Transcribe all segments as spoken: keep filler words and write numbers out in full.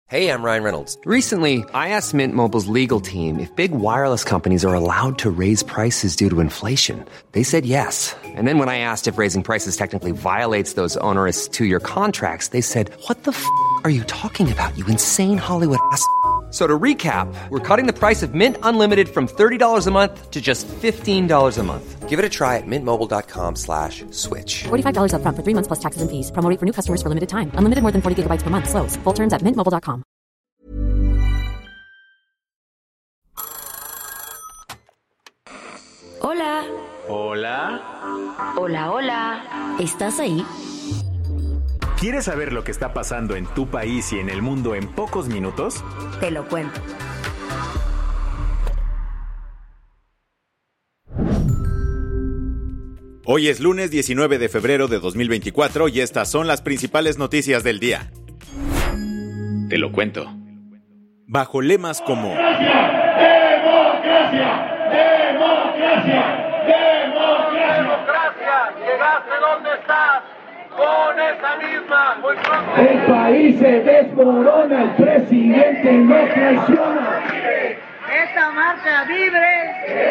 Hey, I'm Ryan Reynolds. Recently, I asked Mint Mobile's legal team if big wireless companies are allowed to raise prices due to inflation. They said yes. And then when I asked if raising prices technically violates those onerous two-year contracts, they said, what the f*** are you talking about, you insane Hollywood ass f- So to recap, we're cutting the price of Mint Unlimited from thirty dollars a month to just fifteen dollars a month. Give it a try at mintmobile.com slash switch. forty-five dollars up front for three months plus taxes and fees. Promo rate for new customers for limited time. Unlimited more than forty gigabytes per month. Slows full terms at mint mobile dot com. Hola. Hola. Hola, hola. ¿Estás ahí? ¿Quieres saber lo que está pasando en tu país y en el mundo en pocos minutos? Te lo cuento. Hoy es lunes diecinueve de febrero de dos mil veinticuatro y estas son las principales noticias del día. Te lo cuento. Bajo lemas como ¡Democracia! ¡Democracia! ¡Democracia! ¡Democracia! ¡Llegaste donde estás! Con esa misma, muy pronto. El país se desmorona, el presidente nos traiciona. ¡Esta marcha libre!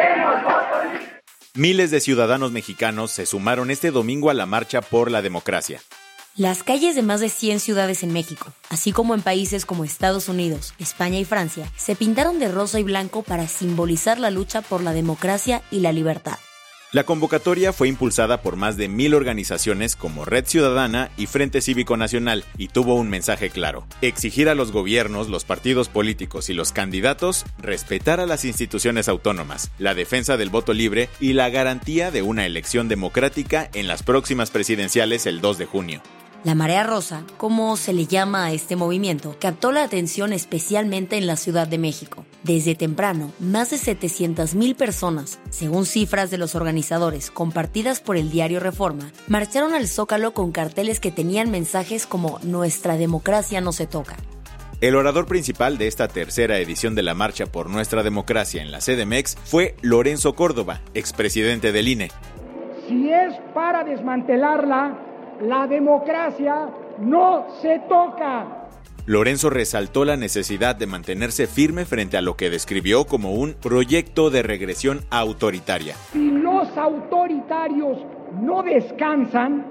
miles de ciudadanos mexicanos se sumaron este domingo a la marcha por la democracia. Las calles de más de cien ciudades en México, así como en países como Estados Unidos, España y Francia, se pintaron de rosa y blanco para simbolizar la lucha por la democracia y la libertad. La convocatoria fue impulsada por más de mil organizaciones como Red Ciudadana y Frente Cívico Nacional y tuvo un mensaje claro: exigir a los gobiernos, los partidos políticos y los candidatos respetar a las instituciones autónomas, la defensa del voto libre y la garantía de una elección democrática en las próximas presidenciales el dos de junio. La Marea Rosa, como se le llama a este movimiento, captó la atención especialmente en la Ciudad de México. Desde temprano, más de setecientas mil personas, según cifras de los organizadores compartidas por el diario Reforma, marcharon al Zócalo con carteles que tenían mensajes como «Nuestra democracia no se toca». El orador principal de esta tercera edición de la Marcha por Nuestra Democracia en la C D M X fue Lorenzo Córdoba, expresidente del I N E. Si es para desmantelarla, la democracia no se toca. Lorenzo resaltó la necesidad de mantenerse firme frente a lo que describió como un proyecto de regresión autoritaria. Si los autoritarios no descansan,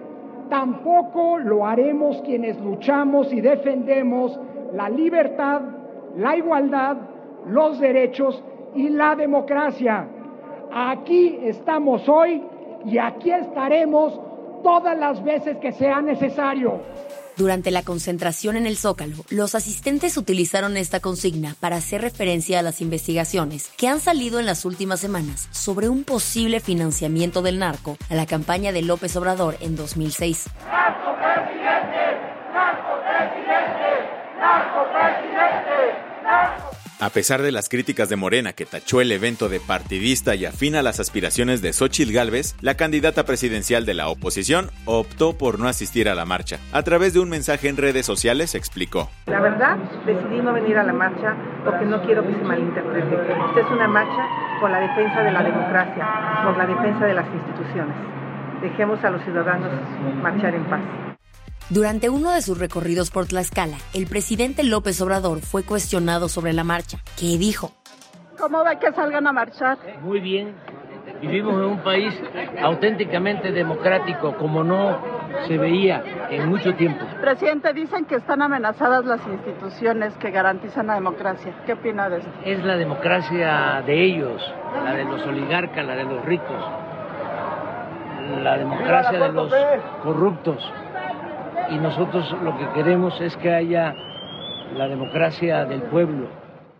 tampoco lo haremos quienes luchamos y defendemos la libertad, la igualdad, los derechos y la democracia. Aquí estamos hoy y aquí estaremos todas las veces que sea necesario. Durante la concentración en el Zócalo, los asistentes utilizaron esta consigna para hacer referencia a las investigaciones que han salido en las últimas semanas sobre un posible financiamiento del narco a la campaña de López Obrador en dos mil seis. ¡Narco presidente! ¡Narco presidente! ¡Narco presidente! ¡Narco! A pesar de las críticas de Morena, que tachó el evento de partidista y afín a las aspiraciones de Xóchitl Gálvez, la candidata presidencial de la oposición optó por no asistir a la marcha. A través de un mensaje en redes sociales explicó: La verdad, decidí no venir a la marcha porque no quiero que se malinterprete. Esta es una marcha por la defensa de la democracia, por la defensa de las instituciones. Dejemos a los ciudadanos marchar en paz. Durante uno de sus recorridos por Tlaxcala, el presidente López Obrador fue cuestionado sobre la marcha, que dijo: ¿Cómo ve que salgan a marchar? Muy bien, vivimos en un país auténticamente democrático, como no se veía en mucho tiempo. Presidente, dicen que están amenazadas las instituciones que garantizan la democracia. ¿Qué opina de esto? Es la democracia de ellos, la de los oligarcas, la de los ricos, la democracia de los corruptos. Y nosotros lo que queremos es que haya la democracia del pueblo.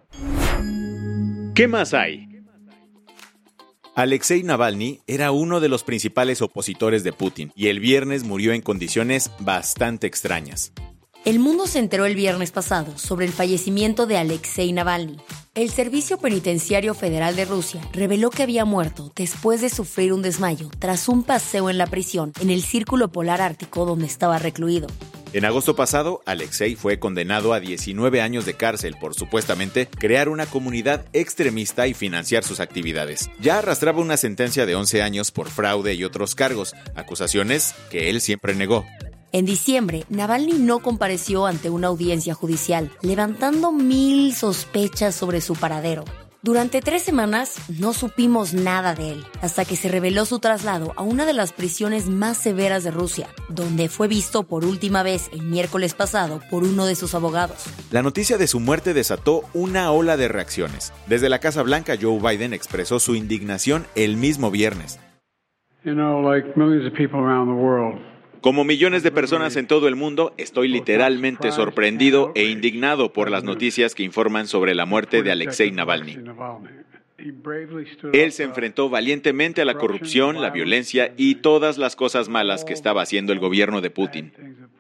¿Qué más hay? Alexei Navalny era uno de los principales opositores de Putin y el viernes murió en condiciones bastante extrañas. El mundo se enteró el viernes pasado sobre el fallecimiento de Alexei Navalny. El Servicio Penitenciario Federal de Rusia reveló que había muerto después de sufrir un desmayo tras un paseo en la prisión en el Círculo Polar Ártico donde estaba recluido. En agosto pasado, Alexei fue condenado a diecinueve años de cárcel por supuestamente crear una comunidad extremista y financiar sus actividades. Ya arrastraba una sentencia de once años por fraude y otros cargos, acusaciones que él siempre negó. En diciembre, Navalny no compareció ante una audiencia judicial, levantando mil sospechas sobre su paradero. Durante tres semanas no supimos nada de él, hasta que se reveló su traslado a una de las prisiones más severas de Rusia, donde fue visto por última vez el miércoles pasado por uno de sus abogados. La noticia de su muerte desató una ola de reacciones. Desde la Casa Blanca, Joe Biden expresó su indignación el mismo viernes. You know, like millions of people around the world. Como millones de personas en todo el mundo, estoy literalmente sorprendido e indignado por las noticias que informan sobre la muerte de Alexei Navalny. Él se enfrentó valientemente a la corrupción, la violencia y todas las cosas malas que estaba haciendo el gobierno de Putin.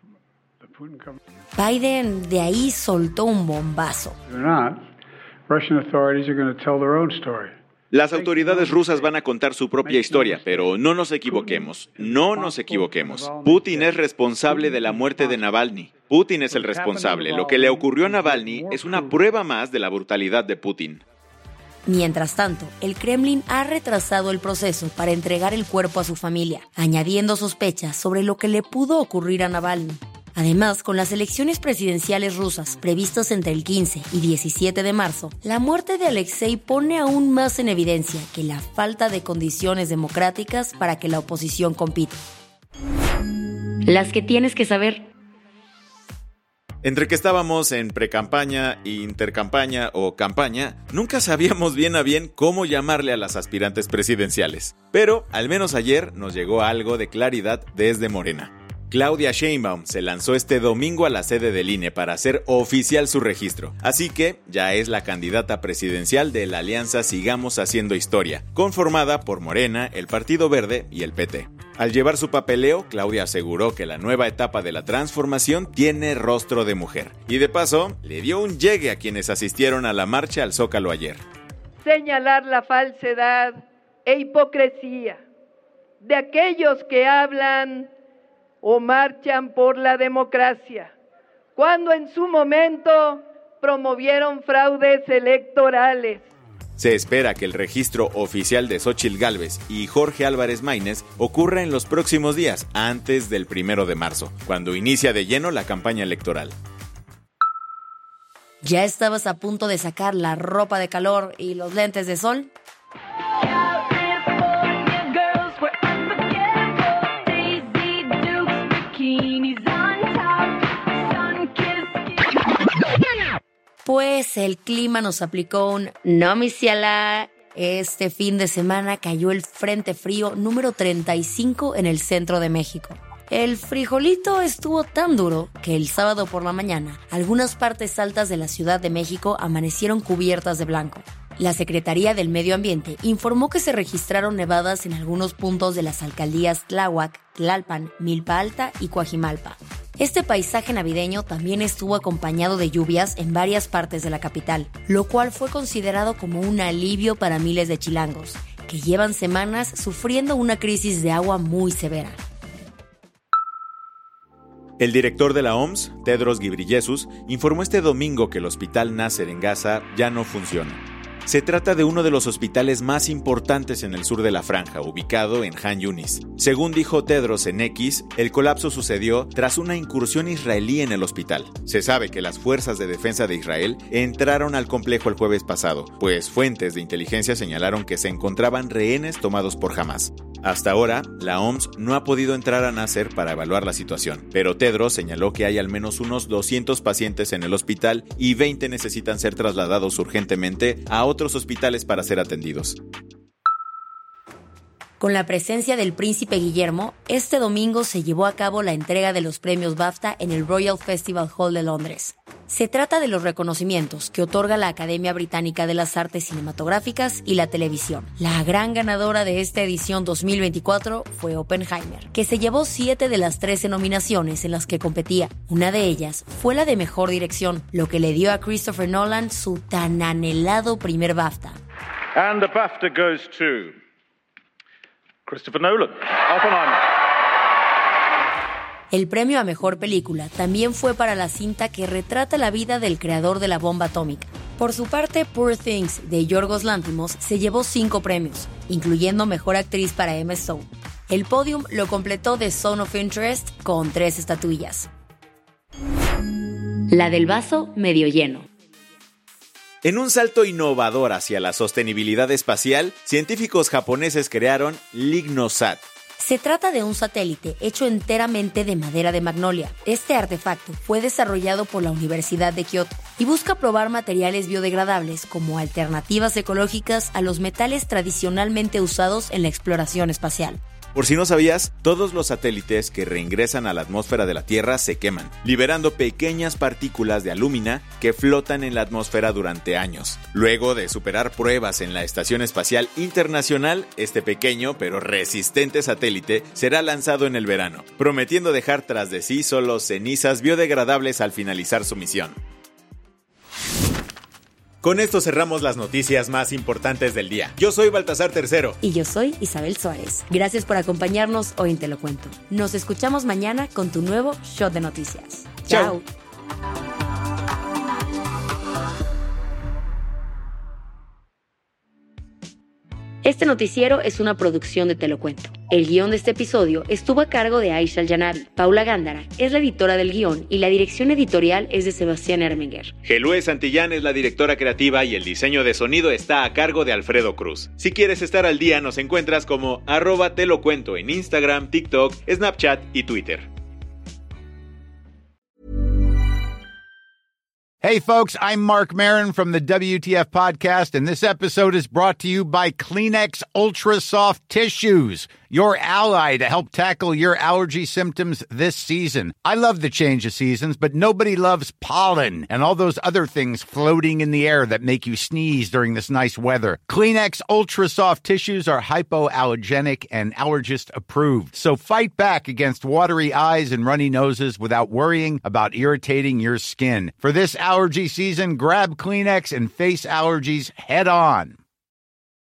Biden de ahí soltó un bombazo. Las autoridades rusas van a contar su propia historia, pero no nos equivoquemos, no nos equivoquemos. Putin es responsable de la muerte de Navalny. Putin es el responsable. Lo que le ocurrió a Navalny es una prueba más de la brutalidad de Putin. Mientras tanto, el Kremlin ha retrasado el proceso para entregar el cuerpo a su familia, añadiendo sospechas sobre lo que le pudo ocurrir a Navalny. Además, con las elecciones presidenciales rusas previstas entre el quince y diecisiete de marzo, la muerte de Alexei pone aún más en evidencia que la falta de condiciones democráticas para que la oposición compita. Las que tienes que saber. Entre que estábamos en precampaña, intercampaña o campaña, nunca sabíamos bien a bien cómo llamarle a las aspirantes presidenciales. Pero, al menos ayer, nos llegó algo de claridad desde Morena. Claudia Sheinbaum se lanzó este domingo a la sede del I N E para hacer oficial su registro. Así que ya es la candidata presidencial de la alianza Sigamos Haciendo Historia, conformada por Morena, el Partido Verde y el P T. Al llevar su papeleo, Claudia aseguró que la nueva etapa de la transformación tiene rostro de mujer. Y de paso, le dio un llegue a quienes asistieron a la marcha al Zócalo ayer. Señalar la falsedad e hipocresía de aquellos que hablan o marchan por la democracia, cuando en su momento promovieron fraudes electorales. Se espera que el registro oficial de Xóchitl Gálvez y Jorge Álvarez Maínez ocurra en los próximos días, antes del primero de marzo, cuando inicia de lleno la campaña electoral. ¿Ya estabas a punto de sacar la ropa de calor y los lentes de sol? Pues el clima nos aplicó un no, mi ciela. Este fin de semana cayó el frente frío número treinta y cinco en el centro de México. El frijolito estuvo tan duro que el sábado por la mañana algunas partes altas de la Ciudad de México amanecieron cubiertas de blanco. La Secretaría del Medio Ambiente informó que se registraron nevadas en algunos puntos de las alcaldías Tláhuac, Tlalpan, Milpa Alta y Coajimalpa. Este paisaje navideño también estuvo acompañado de lluvias en varias partes de la capital, lo cual fue considerado como un alivio para miles de chilangos, que llevan semanas sufriendo una crisis de agua muy severa. El director de la O M S, Tedros Ghebreyesus, informó este domingo que el Hospital Nasser en Gaza ya no funciona. Se trata de uno de los hospitales más importantes en el sur de la franja, ubicado en Han Yunis. Según dijo Tedros en X, el colapso sucedió tras una incursión israelí en el hospital. Se sabe que las fuerzas de defensa de Israel entraron al complejo el jueves pasado, pues fuentes de inteligencia señalaron que se encontraban rehenes tomados por Hamás. Hasta ahora, la O M S no ha podido entrar a Nasser para evaluar la situación, pero Tedros señaló que hay al menos unos doscientos pacientes en el hospital y veinte necesitan ser trasladados urgentemente a otros hospitales para ser atendidos. Con la presencia del príncipe Guillermo, este domingo se llevó a cabo la entrega de los premios BAFTA en el Royal Festival Hall de Londres. Se trata de los reconocimientos que otorga la Academia Británica de las Artes Cinematográficas y la Televisión. La gran ganadora de esta edición dos mil veinticuatro fue Oppenheimer, que se llevó siete de las trece nominaciones en las que competía. Una de ellas fue la de Mejor Dirección, lo que le dio a Christopher Nolan su tan anhelado primer BAFTA. And the BAFTA goes to Christopher Nolan, Oppenheimer. El premio a Mejor Película también fue para la cinta que retrata la vida del creador de la bomba atómica. Por su parte, Poor Things, de Yorgos Lanthimos, se llevó cinco premios, incluyendo Mejor Actriz para Emma Stone. El podium lo completó The Zone of Interest con tres estatuillas. La del vaso medio lleno. En un salto innovador hacia la sostenibilidad espacial, científicos japoneses crearon LignoSat. Se trata de un satélite hecho enteramente de madera de magnolia. Este artefacto fue desarrollado por la Universidad de Kioto y busca probar materiales biodegradables como alternativas ecológicas a los metales tradicionalmente usados en la exploración espacial. Por si no sabías, todos los satélites que reingresan a la atmósfera de la Tierra se queman, liberando pequeñas partículas de alúmina que flotan en la atmósfera durante años. Luego de superar pruebas en la Estación Espacial Internacional, este pequeño pero resistente satélite será lanzado en el verano, prometiendo dejar tras de sí solo cenizas biodegradables al finalizar su misión. Con esto cerramos las noticias más importantes del día. Yo soy Baltasar Tercero. Y yo soy Isabel Suárez. Gracias por acompañarnos hoy en Te lo Cuento. Nos escuchamos mañana con tu nuevo Shot de Noticias. Chao. Este noticiero es una producción de Te lo Cuento. El guión de este episodio estuvo a cargo de Aisha Al-Janabi. Paula Gándara es la editora del guión y la dirección editorial es de Sebastián Erminger. Gelúe Santillán es la directora creativa y el diseño de sonido está a cargo de Alfredo Cruz. Si quieres estar al día, nos encuentras como arroba Te lo Cuento en Instagram, TikTok, Snapchat y Twitter. Hey folks, I'm Mark Maron from the W T F podcast, and this episode is brought to you by Kleenex Ultra Soft Tissues, your ally to help tackle your allergy symptoms this season. I love the change of seasons, but nobody loves pollen and all those other things floating in the air that make you sneeze during this nice weather. Kleenex Ultra Soft Tissues are hypoallergenic and allergist approved, so fight back against watery eyes and runny noses without worrying about irritating your skin. For this allergy season, grab Kleenex and face allergies head on.